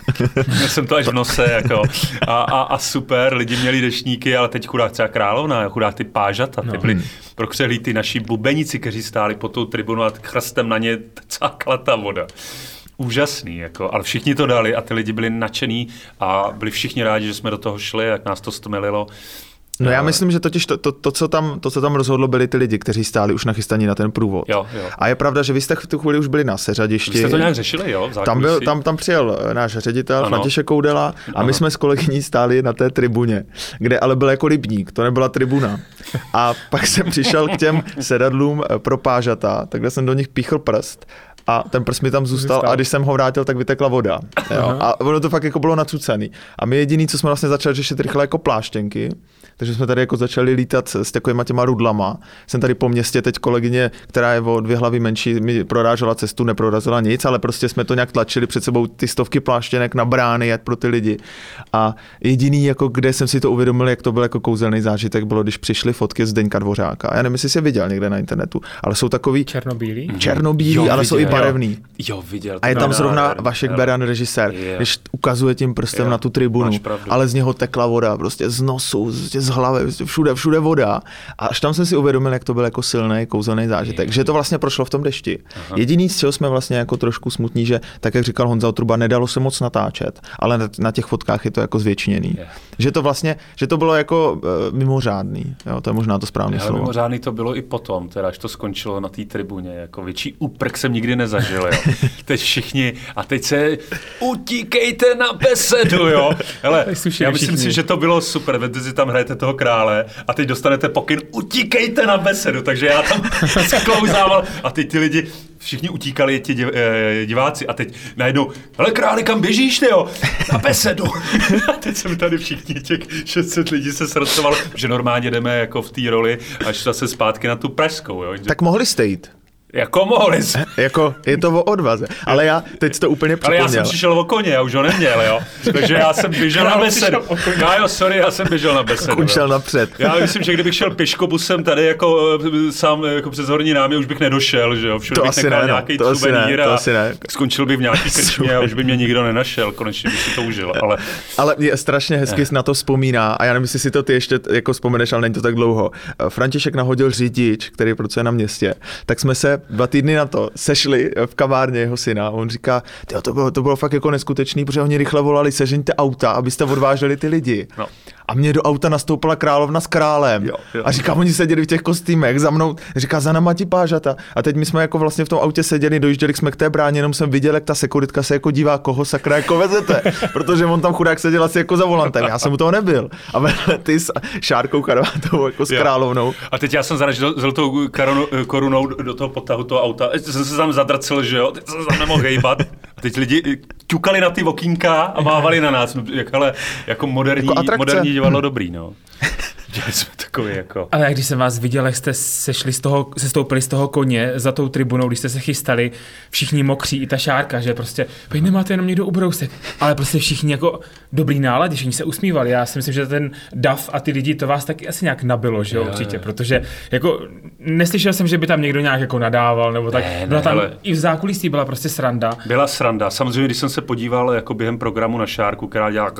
měl jsem to až v nose, jako, a, a, a super, lidi měli deštníky, ale teď chudák třeba Královna, chudák ty pážata, ty byli prokřehlí ty naši bubenici, kteří stáli pod tou tribunou a chrstem na ně cákala ta voda. Úžasný, jako, ale všichni to dali a ty lidi byli nadšený a byli všichni rádi, že jsme do toho šli, jak nás to stmelilo. No já myslím, že totiž to, to, to, co tam, to, co tam rozhodlo, byli ty lidi, kteří stáli už nachystaní na ten průvod. Jo, jo. A je pravda, že vy jste v tu chvíli už byli na seřadišti. Vy jste to nějak řešili, jo? Tam, byl, tam, tam přijel náš ředitel František Koudela a ano. My jsme s kolegyní stáli na té tribuně, kde ale byl jako rybník, to nebyla tribuna. A pak jsem přišel k těm sedadlům pro pážata, takhle jsem do nich píchl prst. A ten prst mi tam zůstal a když jsem ho vrátil, tak vytekla voda. Jo? A ono to fakt jako bylo nacucený. A my jediný, co jsme vlastně začali řešit rychle jako pláštěnky, takže jsme tady jako začali lítat s takovýma těma rudlama. Jsem tady po městě, teď kolegyně, která je o dvě hlavy menší, mi prorážela cestu, neprorazila nic, ale prostě jsme to nějak tlačili před sebou ty stovky pláštěnek na brány, jak pro ty lidi. A jediný, jako kde jsem si to uvědomil, jak to byl jako kouzelný zážitek, bylo, když přišly fotky z Zdeňka Dvořáka. Já nevím, jestli jsi je viděl někde na internetu, ale jsou takový černobílí, černobílí, jo, ale viděl, jsou i barevný. Jo, jo viděl. A je tam zrovna Vašek Beran, režisér, jo. Když ukazuje tím prstem jo, na tu tribunu, ale z něho tekla voda, prostě z nosu, z hlavy, prostě všude, všude voda. A až tam jsem si uvědomil, jak to byl jako silný, kouzelný zážitek, je. Že to vlastně prošlo v tom dešti. Aha. Jediný, z čeho jsme vlastně jako trošku smutní, že tak, jak říkal Honza Otruba, nedalo se moc natáčet, ale na, na těch fotkách je to jako zvětšněný. Je. Že to vlastně, že to bylo jako uh, mimořádný, jo, to je možná to správné slovo. Mimořádný to bylo i potom, teda až to skončilo na té tribuně, jako větší úprk jsem nikdy nezažil, jo. Teď všichni, a teď se utíkejte na besedu, jo. Hele, já myslím všichni. si, že to bylo super, vy si tam hrajete toho krále a teď dostanete pokyn, utíkejte na besedu, takže já tam sklouzával a teď ty lidi, všichni utíkali, ti div, eh, diváci a teď najednou, hele králi, kam běžíš, ty jo, na besedu. A teď jsem tady všichni těch šest set lidí se srdcovalo, že normálně jdeme jako v té roli až zase zpátky na tu pražskou, jo. Tak mohli jste jít. Jako mohli jsi. Jako, je to o odvaze. Ale já teď to úplně připomněl. Ale já jsem přišel o koně, já už ho neměl, jo. Takže já jsem běžel na besedu. Já jo, sorry, já jsem běžel na besedu. Už šel napřed. Já myslím, že kdybych šel pěškobusem tady jako sám jako přes Horní Námě, už bych nedošel, že jo. Všude to bych asi nechal ne, nějaký to suvenýr a ne. skončil bych v nějaký krčmě a už by mě nikdo nenašel. Konečně bych si to užil, ale... Ale je strašně hezky na to vzpomíná a já nevím, jestli si to ty ještě jako vzpomeneš, ale není to tak dlouho. František nahodil řidič, který pracuje na městě, tak jsme se dva týdny na to sešli v kavárně jeho syna. On říká, to bylo, to bylo fakt jako neskutečný, protože oni rychle volali, sežeňte auta, abyste odváželi ty lidi. No. A mě do auta nastoupila královna s králem. Jo, jo. A říká, oni seděli v těch kostýmech za mnou, říká, za náma ti pážata. A teď my jsme jako vlastně v tom autě seděli, dojížděli jsme k té bráně, jenom jsem viděl, jak ta sekuritka se jako dívá, koho sakra jako vezete, protože on tam chudák seděl asi jako za volantem. Já jsem u toho nebyl. A vedle ty s Šárkou Charvátovou jako s královnou. A teď já jsem zaražil zlatou korunou do toho potahu toho auta. Jsem se tam zadrcel, že jo, teď jsem se tam nemohl hejbat. A teď lidi ťukali na ty okýnka a mávali na nás, jak, ale jako moderní, jako moderní divadlo dobrý, no. Dělali jsme takový jako... Ale když jsem vás viděl, jak jste sešli z toho, se stoupili z toho koně za tou tribunou, když jste se chystali, všichni mokří, i ta Šárka, že prostě, pojď, nemáte jenom někdo ubrousek, ale prostě všichni jako dobrý nálad, všichni se usmívali. Já si myslím, že ten dav a ty lidi, to vás taky asi nějak nabilo, že jo, určitě, protože jako neslyšel jsem, že by tam někdo nějak jako nadával, nebo tak, ne, byla tam, ale... i v zákulisí byla prostě sranda. Byla sranda, samozřejmě, když jsem se podíval jako během programu na Šárku, která dělala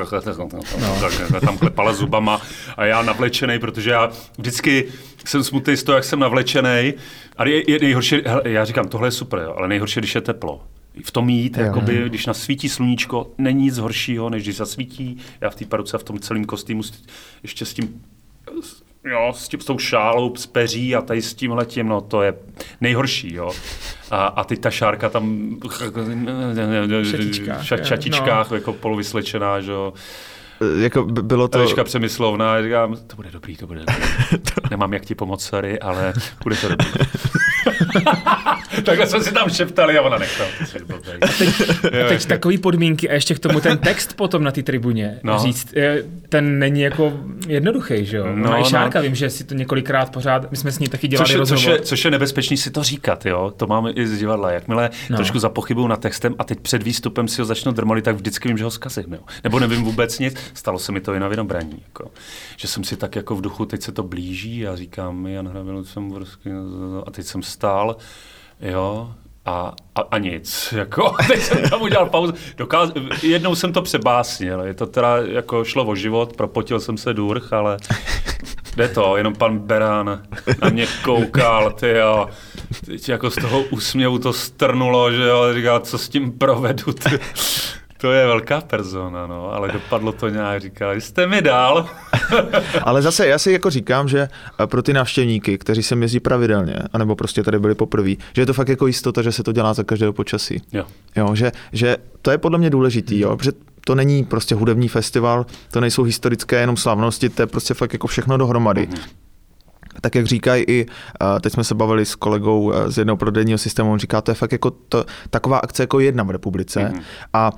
no. tam klepala zubama a já navlečený, protože já vždycky jsem smutný z toho, jak jsem navlečený. A je, je nejhorší, hele, já říkám, tohle je super, jo, ale nejhorší, když je teplo. V tom jít, jakoby, když nasvítí sluníčko, není nic horšího, než když zasvítí. Já v té paruce v tom celém kostýmu ještě s tím, jo, s, tím, s tou šálou, s peří a tady s tím letím, no to je nejhorší, jo. A, a teď ta Šárka tam v šatičkách, no. Jako polovyslečená, že jo. Jako bylo to... Eliška Přemyslovna, já říkám, to bude dobrý, to bude dobrý. Nemám jak ti pomoct, sorry, ale bude to dobrý. Takhle jsme si tam šeptali a ona nechtěla. A teď, a teď takový podmínky a ještě k tomu ten text potom na té tribuně no. říct, ten není jako jednoduchý, že jo? No, i Šárka, no. Vím, že si to několikrát pořád, my jsme s ní taky dělali což je, rozhovor. Což je, což je nebezpečný si to říkat, jo? To máme i z divadla. Jakmile no. trošku zapochybuju nad textem a teď před výstupem si ho začnu drmolit, tak vždycky vím, že ho zkazím, jo? Nebo nevím vůbec nic. Stalo se mi to i na Vinobraní, jako. Že jsem si tak jako v duchu, teď se to blíží sedí a říkám Jan Hrabě, Lucemburský, a teď jsem stál, jo, A, a, a nic, jako, teď jsem tam udělal pauzu, Dokáz, jednou jsem to přebásnil, je to teda, jako šlo o život, propotil jsem se durch, ale jde to, jenom pan Beran na mě koukal, ty jo, teď jako z toho úsměvu to strnulo, že jo, říkal, co s tím provedu, ty. To je velká persona, no, ale dopadlo to nějak, říkal, jste mi dál. Ale zase já si jako říkám, že pro ty návštěvníky, kteří sem jezdí pravidelně, anebo prostě tady byli poprvé, že je to fakt jako jistota, že se to dělá za každého počasí. Jo. Jo, že, že to je podle mě důležitý, jo, protože to není prostě hudební festival, to nejsou historické jenom slavnosti, to je prostě fakt jako všechno dohromady. Mm. Tak jak říkají i, teď jsme se bavili s kolegou z jednoho prodejního systému, on říká, to je fakt jako to, taková akce jako jedna v republice. Mm. A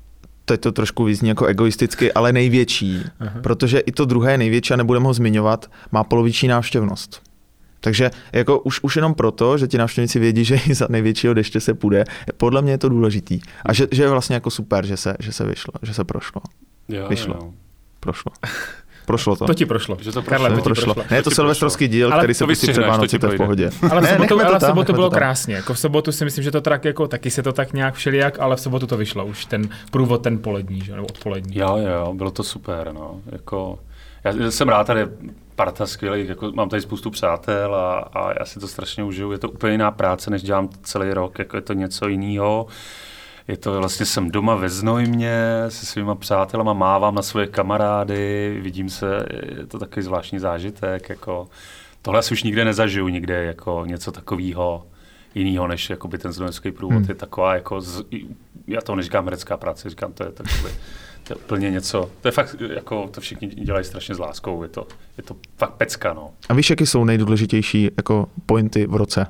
teď to trošku vyzní jako egoisticky, ale největší, aha, protože i to druhé největší, a nebudeme ho zmiňovat, má poloviční návštěvnost. Takže jako už, už jenom proto, že ti návštěvníci vědí, že i za největšího deště se půjde, podle mě je to důležitý. A že, že je vlastně jako super, že se, že se vyšlo, že se prošlo. Jo, vyšlo. Jo. Prošlo. Prošlo to. To ti prošlo. Že to Karle, prošlo. to ti prošlo. prošlo. Ne, je to silvestrovský díl, ale který se pustí před Vánoci, to je v pohodě. Ale v ne, sobotu, ale v tam, sobotu bylo to krásně. Jako v sobotu si myslím, že to tak jako, taky se to tak nějak všelijak, ale v sobotu to vyšlo už, ten průvod, ten polední, že, nebo odpolední. Jo, jo, bylo to super, no. Jako, já jsem rád, tady parta skvělých, jako mám tady spoustu přátel a, a já si to strašně užiju. Je to úplně jiná práce, než dělám celý rok, jako je to něco jiného. Je to vlastně, jsem doma ve Znojmě se svýma přátelama, mávám na svoje kamarády, vidím se, je to takový zvláštní zážitek, jako tohle si už nikde nezažiju, nikde jako něco takového jiného, než jakoby ten znojemský průvod hmm. je taková, jako, z, já to neříkám herecká práce, říkám, to je takový, to je úplně něco, to je fakt, jako to všichni dělají strašně s láskou, je to, je to fakt pecka, no. A víš, jaké jsou nejdůležitější jako pointy v roce?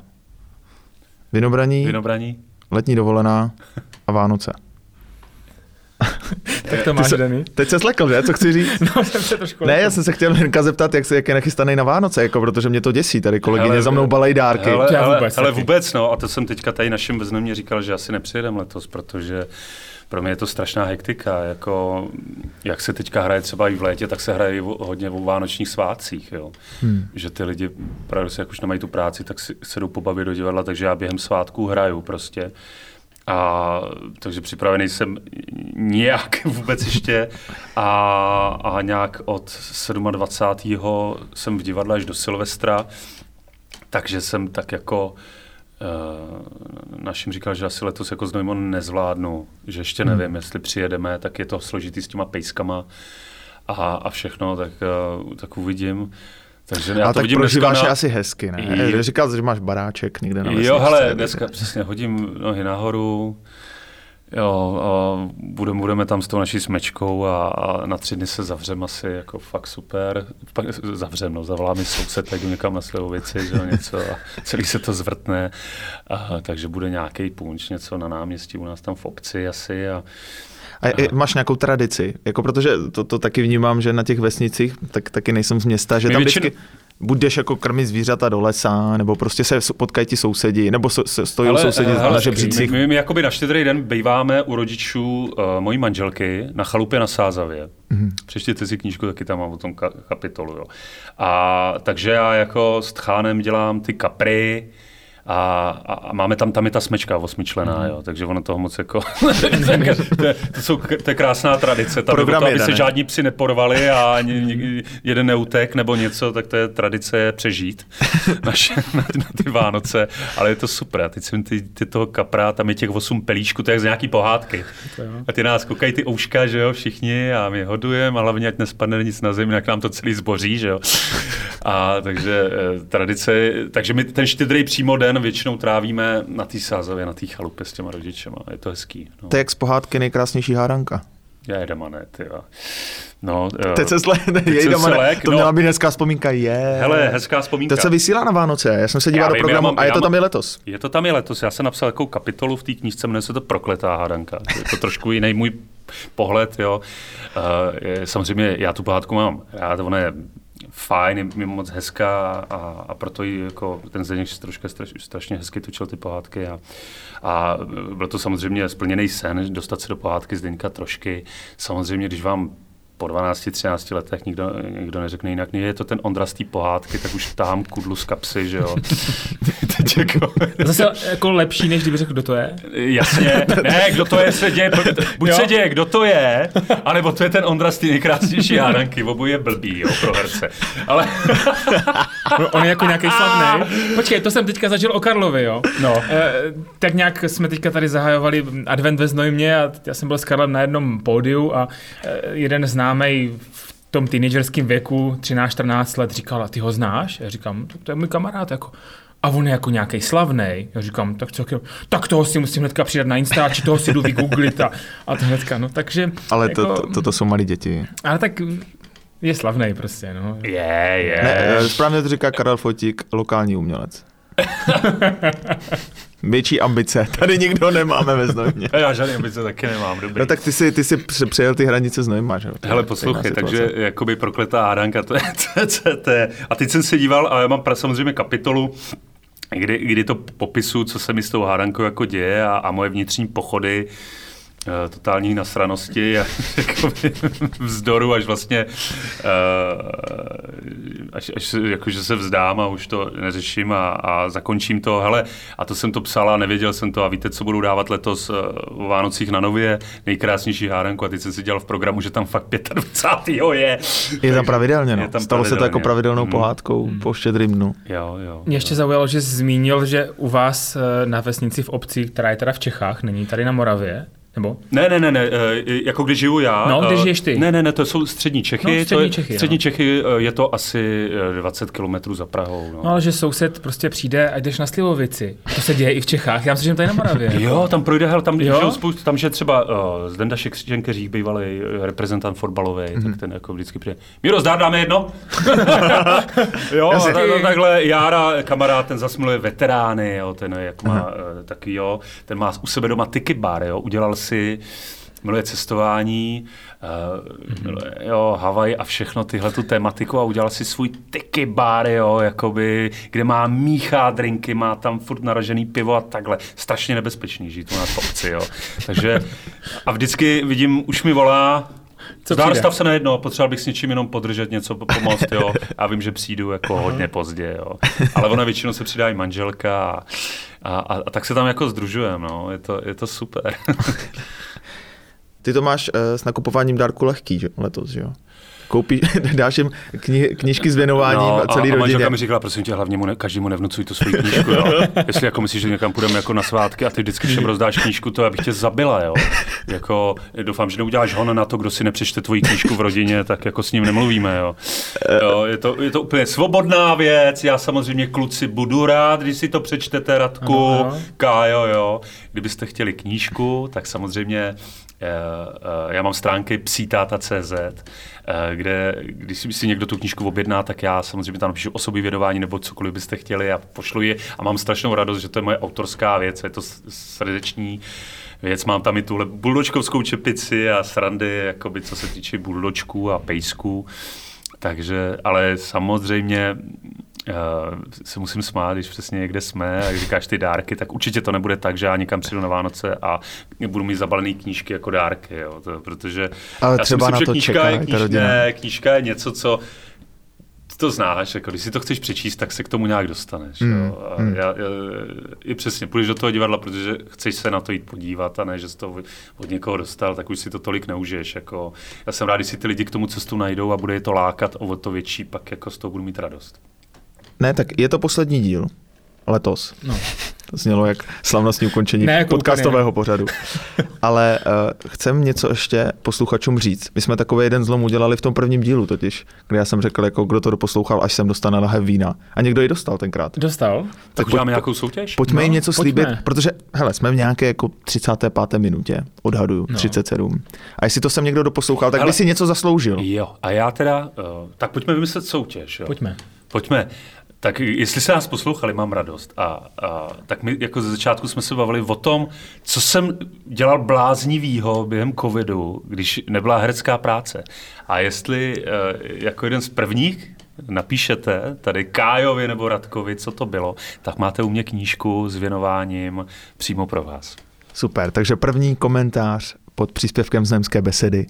Vinobraní, Vinobraní? letní dovolená a Vánoce. Tak to máš, Dany. Teď se zlekl, že? Co chci říct? No, jsem se trošku Ne, já jsem se chtěl Jirka zeptat, jak, se, jak je nachystaný na Vánoce, jako, protože mě to děsí, tady kolegyně hele, za mnou balej dárky. Ale, ale, vůbec, ale vůbec, no, a to jsem teďka tady našim Veznojmě říkal, že asi nepřijedem letos, protože pro mě je to strašná hektika, jako jak se teďka hraje třeba i v létě, tak se hraje hodně o vánočních svátcích, jo. Hmm. Že ty lidi, právě jak už nemají tu práci, tak si, se jdou pobavit do divadla, takže já během svátků hraju prostě. A takže připravený jsem nějak vůbec ještě a, a nějak od dvacátého sedmého jsem v divadle až do Silvestra, takže jsem tak jako uh, našim říkal, že asi letos jako Znojmo nezvládnu, že ještě nevím, hmm. jestli přijedeme, tak je to složitý s těma pejskama a, a všechno, tak, uh, tak uvidím. Takže já a to tak vidím prožíváš na... asi hezky, ne? Jo. Říkal, že máš baráček někde na vesničce. Jo, hele, dneska přesně hodím nohy nahoru, jo, a budeme, budeme tam s tou naší smečkou a, a na tři dny se zavřem asi, jako fakt super. Pak zavřem, no, zavolá mi soused, tak jdu někam na Slivovici, že jo, něco a celý se to zvrtne, a, takže bude nějaký punč, něco na náměstí u nás tam v obci asi a A máš nějakou tradici, jako protože to, to taky vnímám, že na těch vesnicích, tak taky nejsem z města, že my tam většin... vždycky budeš jako krmit zvířata do lesa, nebo prostě se potkají ti sousedi, nebo so, stojí sousedi na žebřících. My, my, my jakoby na Štědrý den býváme u rodičů uh, mojí manželky na chalupě na Sázavě. Mm-hmm. Přečtěte si knížku, taky tam mám o tom ka- kapitolu. Jo. A takže já jako s tchánem dělám ty kapry, A, a máme tam, tam je ta smečka osmičlená, jo, takže ono toho moc jako, to, je, to, jsou, to je krásná tradice, tam to, aby se žádní psi neporvali a ani, jeden neutek nebo něco, tak to je tradice přežít naše, na, na ty Vánoce, ale je to super, a teď jsem ty, ty toho kapra, tam je těch osm pelíšků, to je z nějaký pohádky a ty nás koukají ty ouška, že jo, všichni a my hodujeme a hlavně ať nespadne nic na zemi, jak nám to celý zboří, že jo, a takže tradice, takže my ten Štědrý přímo den většinou trávíme na té Sázavě, na té chalupě s těma rodičema. Je to hezký. No. To je jak z pohádky nejkrásnější hádanka. Jejdamané, tyjo. No, teď se zle, jejdamané, to měla být hezká vzpomínka, je. Hele, hezká vzpomínka. To se vysílá na Vánoce, já jsem se díval do programu mám, a je to tam i letos. Je to tam i letos, já jsem napsal takovou kapitolu v té knížce, jmenuje se to Prokletá hádanka. Je to trošku jiný můj pohled, jo. Uh, je, samozřejmě já tu pohádku mám rád, ona je fajn, je mi moc hezká a, a proto jí jako ten Zdeněk trošku straš, strašně hezky točil ty pohádky a, a byl to samozřejmě splněný sen, dostat se do pohádky Zdeňka trošky. Samozřejmě, když vám po dvanácti třinácti letech nikdo, nikdo neřekne jinak. Je to ten Ondra z té pohádky, tak už tahám kudlu z kapsy, že jo. Teď jako... Zase jako lepší, než kdyby řekl, kdo to je? Jasně. Ne, kdo to je, se děje, buď jo? se děje, kdo to je, anebo to je ten Ondra z té nejkrásnější hádanky. Obojí je blbý, jo, pro herce. Ale... On je jako nějaký slavný. Počkej, to jsem teďka zažil o Karlovi, jo. No. E, tak nějak jsme teďka tady zahajovali advent ve Znojmě a já jsem byl s Karlem na jednom pódiu a e, jeden známej v tom teenagerském věku, třináct čtrnáct let, říkal, a ty ho znáš? Já říkám, to, to je můj kamarád, jako. A on je jako nějaký slavnej. Já říkám, tak co, tak toho si musím hnedka přidat na Insta, či toho si jdu vygooglit a, a to hnedka, no takže... Ale jako, to, to, to, to jsou malí děti. Ale tak je slavnej prostě, no. Je, je. Ne, správně to říká Karel Fotík, lokální umělec. Větší ambice tady nikdo nemáme ve Znojmě. Já žádné ambice taky nemám, dobrý. No tak ty si, ty si přejel ty hranice Znojma, že? Hele, poslouchej, takže jakoby prokletá hádanka, to je, to, to, to je. A teď jsem se díval a já mám samozřejmě kapitolu, kdy, kdy to popisuju, co se mi s tou hádankou jako děje a, a moje vnitřní pochody, totální nasranosti a jakoby vzdoru, až vlastně až, až jakože se vzdám a už to neřeším a, a zakončím to. Hele, a to jsem to psal a nevěděl jsem to a víte, co budu dávat letos o Vánocích na Nově, nejkrásnější hádanku a teď jsem si dělal v programu, že tam fakt dvacátého pátého je. Je tam pravidelně, no. Je tam Stalo pravidelně. Se to jako pravidelnou hmm. pohádkou hmm. po Štědrým dnu. Jo, jo. Mě ještě zaujalo, že jsi zmínil, že u vás na vesnici v obci, která je teda v Čechách, není tady na Moravě, nebo? Ne, ne, ne, ne, jako když žiju já. No, když žiješ ty. Ne, ne, ne, to jsou střední Čechy. No, střední to je, Čechy, střední no. Čechy je to asi dvacet kilometrů za Prahou. No. No, ale že soused prostě přijde a jdeš na Slivovici. To se děje i v Čechách. Já myslím, že tady na Moravě. Jo, tam projde, hele, tam, jo? Spoustu, tam že třeba uh, Zdenda Šenkeřík, bývalý reprezentant fotbalový, mm-hmm. tak ten jako vždycky přijde. Míro, zdár, dáme jedno? Jo, a ta, no, takhle Jára, kamarád, ten zasmiluje veterány, jo, ten jak má uh, taky, jo, ten má u sebe doma tiki bar, jo, udělal si miluje cestování, uh, miluje, jo, Havaj a všechno tyhle tu tematiku a udělal si svůj tiki bar, jo, jakoby, kde má míchá drinky, má tam furt naražený pivo a takhle. Strašně nebezpečný žít u nás v obci, jo. Takže a vždycky vidím, už mi volá, zdár, stav se na jedno, potřeboval bych s něčím jenom podržet, něco pomoct, jo. Já vím, že přijdu jako hodně pozdě, jo. Ale ona většinou se přidá i manželka a, a, a, a tak se tam jako sdružujeme, no. Je to, je to super. Ty to máš uh, s nakupováním dárku lehký, že? Letos, že jo? Koupí, dáš jim kni, knížky s věnováním no, a celý a, a rodině. manželka mi říkala, prosím tě, hlavně mu ne, každému nevnucuj tu svoji knížku, jo. Jestli jako myslíš, že někam půjdeme jako na svátky a ty vždycky všem rozdáš knížku, to já bych tě zabila, jo. Jako, doufám, že neuděláš hon na to, kdo si nepřečte tvoji knížku v rodině, tak jako s ním nemluvíme, jo. jo je, to, je to úplně svobodná věc, já samozřejmě kluci budu rád, když si to přečtete, Radku, ano, ano. Kájo, jo. Kdybyste chtěli knížku, tak samozřejmě já mám stránky psítata tečka cé zet, kde když si někdo tu knížku objedná, tak já samozřejmě tam napíšu osobní vědování nebo cokoliv byste chtěli a pošlu ji a mám strašnou radost, že to je moje autorská věc, je to srdeční věc, mám tam i tuhle buldočkovskou čepici a srandy, jakoby, co se týče buldočků a pejsků, takže, ale samozřejmě Uh, se musím smát, když přesně někde jsme a když říkáš ty dárky, tak určitě to nebude tak, že já někam přijdu na Vánoce a budu mít zabalený knížky jako dárky, jo, to, protože ale já třeba si myslím, na že to knížka, čeká, je, kníž, ne, knížka je něco, co to znáš, jako když si to chceš přečíst, tak se k tomu nějak dostaneš. Mm, jo. A mm. já, já, i přesně, půjdeš do toho divadla, protože chceš se na to jít podívat a ne, že jsi to od někoho dostal, tak už si to tolik neužiješ. Jako. Já jsem rád, když si ty lidi k tomu cestu najdou a bude je to lákat o to větší, pak jako z toho budu mít radost. Ne, tak je to poslední díl letos. No. To znělo jak slavnostní ukončení ne, podcastového pořadu. Ale uh, chcem něco ještě posluchačům říct. My jsme takový jeden zlom udělali v tom prvním dílu totiž, kde já jsem řekl, jako kdo to doposlouchal, až jsem dostane lahev vína. A někdo ji dostal tenkrát. Dostal? Tak, tak už máme nějakou soutěž? Pojďme no, jim něco pojďme. slíbit, protože hele, jsme v nějaké jako třicáté páté minutě, odhaduju, no. třicet sedm. A jestli to sem někdo doposlouchal, tak hele, by si něco zasloužil. Jo, a já teda, uh, tak pojďme vymyslet soutěž. Jo. Pojďme. Pojďme. Tak jestli se nás poslouchali, mám radost. A, a tak my jako ze začátku jsme se bavili o tom, co jsem dělal bláznivýho během covidu, když nebyla herecká práce. A jestli jako jeden z prvních napíšete tady Kájovi nebo Radkovi, co to bylo, tak máte u mě knížku s věnováním přímo pro vás. Super, takže první komentář pod příspěvkem Znojemské besedy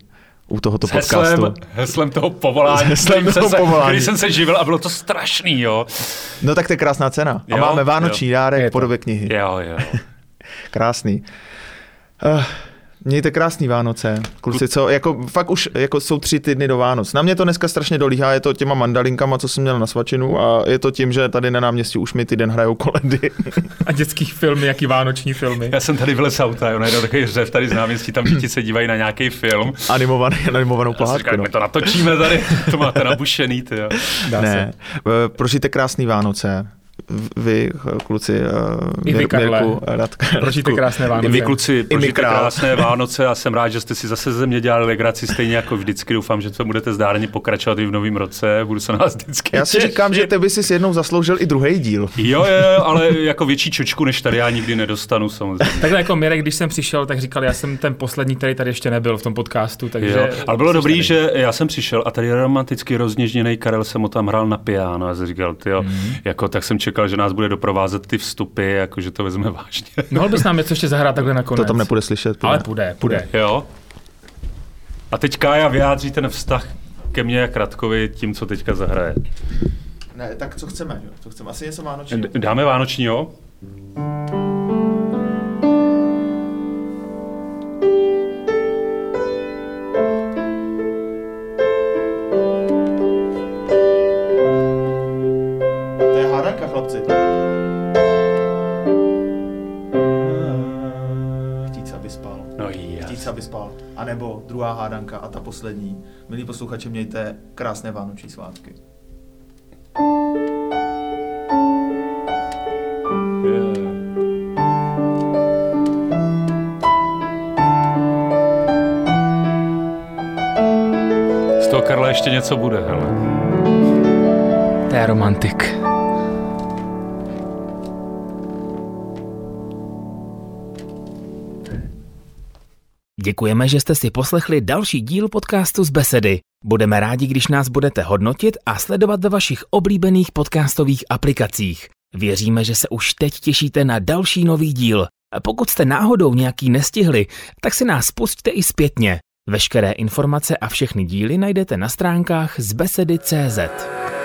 u tohoto s podcastu. Heslem, heslem toho povolání, heslem který, toho jsem povolání. Se, který jsem se živil a bylo to strašný, jo. No tak to je krásná cena. A Jo, máme vánoční jo. dárek v podobě knihy. Jo, jo. Krásný. Uh, mějte krásný Vánoce, kluci, co, jako fakt už jako jsou tři týdny do Vánoc. Na mě to dneska strašně dolíhá, je to těma mandalinkama, co jsem měl na svačinu a je to tím, že tady na náměstí už mi týden hrajou koledy. A dětských filmy, jaký vánoční filmy. Já jsem tady vylez z auta, jo, najednou takový řev tady z náměstí, tam děti se dívají na nějaký film. Animovaný, animovanou pohádku. Říkali, No. my to natočíme tady, to máte nabušený, ty jo. Dá Ne, se. prožijte krásný Vánoce. Vy, kluci, I vy, Karle. Mirku, Radka. Prožijte krásné Vánoce. I vy, kluci, prožijte král. krásné Vánoce a jsem rád, že jste si zase ze mě dělali legraci stejně jako vždycky. Doufám, že to budete zdárně pokračovat i v novém roce. Budu se na vás vždycky Já si těšit. říkám, že ty by si jednou zasloužil i druhý díl. Jo, jo, ale jako větší čočku, než tady já nikdy nedostanu samozřejmě. Takhle jako Mirek, když jsem přišel, tak říkal, já jsem ten poslední, který tady ještě nebyl v tom podcastu, takže... Jo, ale bylo dobrý, tady. že já jsem přišel a tady romanticky rozněžněný Karel jsem ho tam hrál na piano a jsem říkal, tyjo, mm. jako tak jsem čekal, že nás bude doprovázet ty vstupy, jako že to vezme vážně. Mohl bys nám něco ještě zahrát takhle nakonec? To tam nepůjde slyšet. Půjde. Ale půjde, půjde. Jo. A teď Kája vyjádří ten vztah ke mně a Radkovi tím, co teďka zahraje. Ne, tak co chceme, jo? Co chceme? Asi něco vánočního. D- dáme vánoční, jo? To je hádanka, chlapci. Chtít, aby spal. No jas. Chtít, aby spal. A nebo druhá hádanka a ta poslední. Milí posluchači, mějte krásné vánoční svátky. Z toho Karla ještě něco bude, hele. To je romantik. Děkujeme, že jste si poslechli další díl podcastu z Besedy. Budeme rádi, když nás budete hodnotit a sledovat ve vašich oblíbených podcastových aplikacích. Věříme, že se už teď těšíte na další nový díl. A pokud jste náhodou nějaký nestihli, tak si nás pusťte i zpětně. Veškeré informace a všechny díly najdete na stránkách z besedy tečka cé zet.